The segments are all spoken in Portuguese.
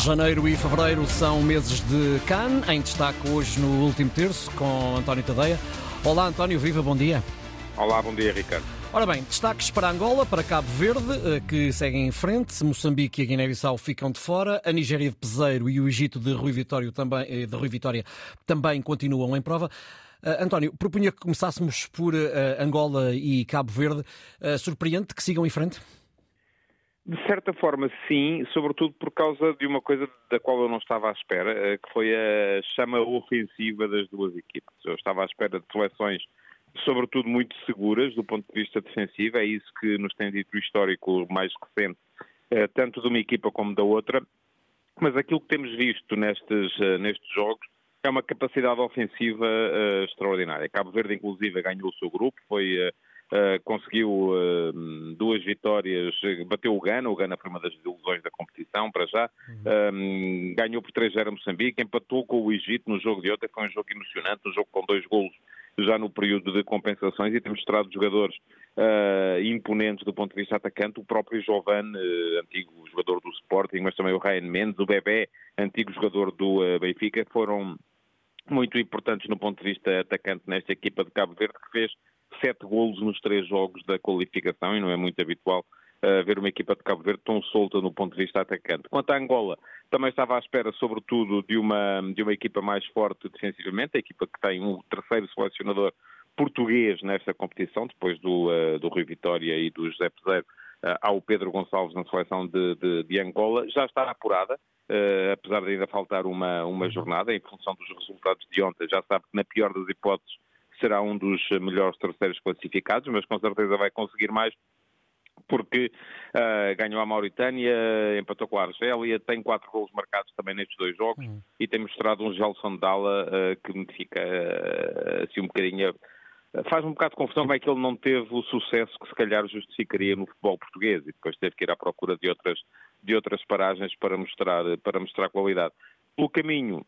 Janeiro e fevereiro são meses de Cannes, em destaque hoje no último terço com António Tadeia. Olá António, viva, bom dia. Olá, bom dia Ricardo. Ora bem, destaques para Angola, para Cabo Verde, que seguem em frente, Moçambique e a Guiné-Bissau ficam de fora, a Nigéria de Peseiro e o Egito de Rui Vitória também continuam em prova. António, propunha que começássemos por Angola e Cabo Verde. Surpreende que sigam em frente? De certa forma, sim, sobretudo por causa de uma coisa da qual eu não estava à espera, que foi a chama ofensiva das duas equipas. Eu estava à espera de seleções, sobretudo muito seguras do ponto de vista defensivo, é isso que nos tem dito o histórico mais recente, tanto de uma equipa como da outra, mas aquilo que temos visto nestes jogos é uma capacidade ofensiva extraordinária. Cabo Verde, inclusive, ganhou o seu grupo, conseguiu duas vitórias, bateu o Ghana foi uma das ilusões da competição para já, ganhou por 3-0 a Moçambique, empatou com o Egito no jogo de ontem, foi um jogo emocionante, um jogo com 2 golos já no período de compensações, e temos mostrado jogadores imponentes do ponto de vista atacante, o próprio Jovane, antigo jogador do Sporting, mas também o Ryan Mendes, o Bebé, antigo jogador do Benfica, foram muito importantes no ponto de vista atacante nesta equipa de Cabo Verde, que fez 7 golos nos 3 jogos da qualificação, e não é muito habitual ver uma equipa de Cabo Verde tão solta no ponto de vista atacante. Quanto à Angola, também estava à espera, sobretudo, de uma equipa mais forte defensivamente, a equipa que tem um terceiro selecionador português nesta competição, depois do Rui Vitória e do José Peseiro, há o Pedro Gonçalves na seleção de Angola, já está apurada, apesar de ainda faltar uma jornada, em função dos resultados de ontem, já sabe que na pior das hipóteses será um dos melhores terceiros classificados, mas com certeza vai conseguir mais, porque ganhou a Mauritânia, empatou com a Argélia, tem 4 golos marcados também nestes 2 jogos e tem mostrado um Gelson Dalla que me fica assim um bocadinho... Faz um bocado de confusão como é que ele não teve o sucesso que se calhar justificaria no futebol português e depois teve que ir à procura de outras paragens para mostrar qualidade. Pelo caminho,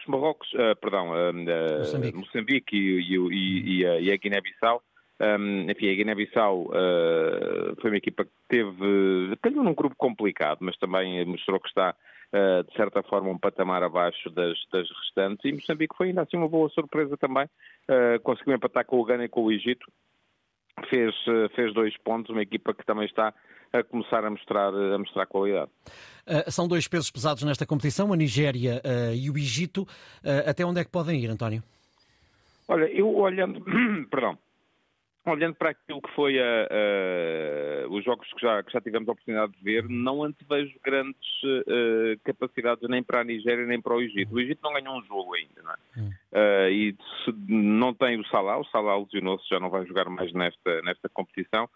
Moçambique e a Guiné-Bissau. Enfim, a Guiné-Bissau foi uma equipa que calhou num grupo complicado, mas também mostrou que está, de certa forma, um patamar abaixo das restantes. E Moçambique foi ainda assim uma boa surpresa também. Conseguiu empatar com o Ghana e com o Egito. Fez 2 pontos, uma equipa que também está a começar a mostrar qualidade. São 2 pesos pesados nesta competição, a Nigéria e o Egito. Até onde é que podem ir, António? Olha, eu olhando para aquilo que foi os jogos que já tivemos a oportunidade de ver, não antevejo grandes capacidades nem para a Nigéria nem para o Egito. O Egito não ganhou um jogo ainda, não é? E não tem o Salah lesionou-se, já não vai jogar mais nesta competição.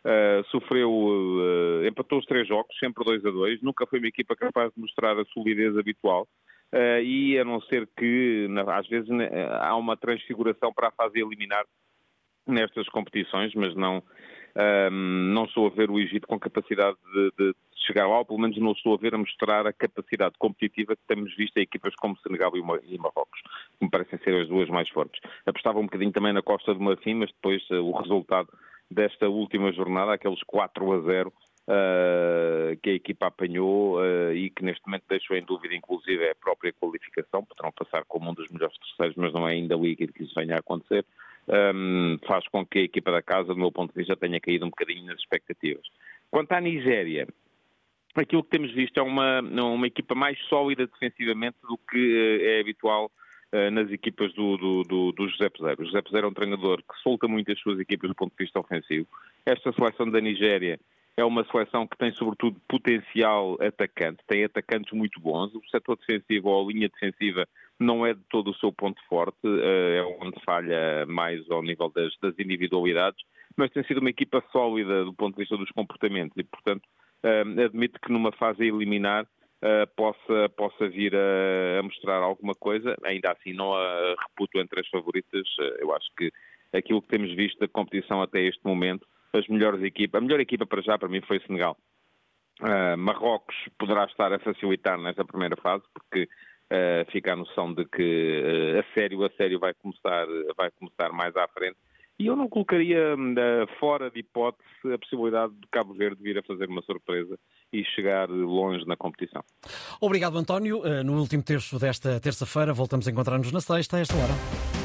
Empatou os 3 jogos, sempre 2-2, nunca foi uma equipa capaz de mostrar a solidez habitual. E a não ser que, às vezes, há uma transfiguração para a fase eliminar nestas competições, mas não estou a ver o Egito com capacidade de chegar lá, ou pelo menos não estou a ver a mostrar a capacidade competitiva que temos visto em equipas como Senegal e Marrocos, que me parecem ser as duas mais fortes. Apostava um bocadinho também na Costa do Marfim, mas depois o resultado desta última jornada, aqueles 4-0 que a equipa apanhou e que neste momento deixou em dúvida inclusive a própria qualificação, poderão passar como um dos melhores terceiros, mas não é ainda líquido que isso venha a acontecer. Faz com que a equipa da casa, do meu ponto de vista, tenha caído um bocadinho nas expectativas. Quanto à Nigéria, aquilo que temos visto é uma equipa mais sólida defensivamente do que é habitual nas equipas do José Peseiro. O José Peseiro é um treinador que solta muito as suas equipas do ponto de vista ofensivo. Esta seleção da Nigéria é uma seleção que tem, sobretudo, potencial atacante. Tem atacantes muito bons. O setor defensivo ou a linha defensiva não é de todo o seu ponto forte. É onde falha mais ao nível das individualidades. Mas tem sido uma equipa sólida do ponto de vista dos comportamentos. E, portanto, admito que numa fase a eliminar possa vir a mostrar alguma coisa. Ainda assim, não a reputo entre as favoritas. Eu acho que aquilo que temos visto da competição até este momento, a melhor equipa para mim foi Senegal. Marrocos poderá estar a facilitar nesta primeira fase, porque fica a noção de que a sério vai começar mais à frente. E eu não colocaria fora de hipótese a possibilidade de Cabo Verde vir a fazer uma surpresa e chegar longe na competição. Obrigado, António. No último terço desta terça-feira voltamos a encontrar-nos na sexta, a esta hora.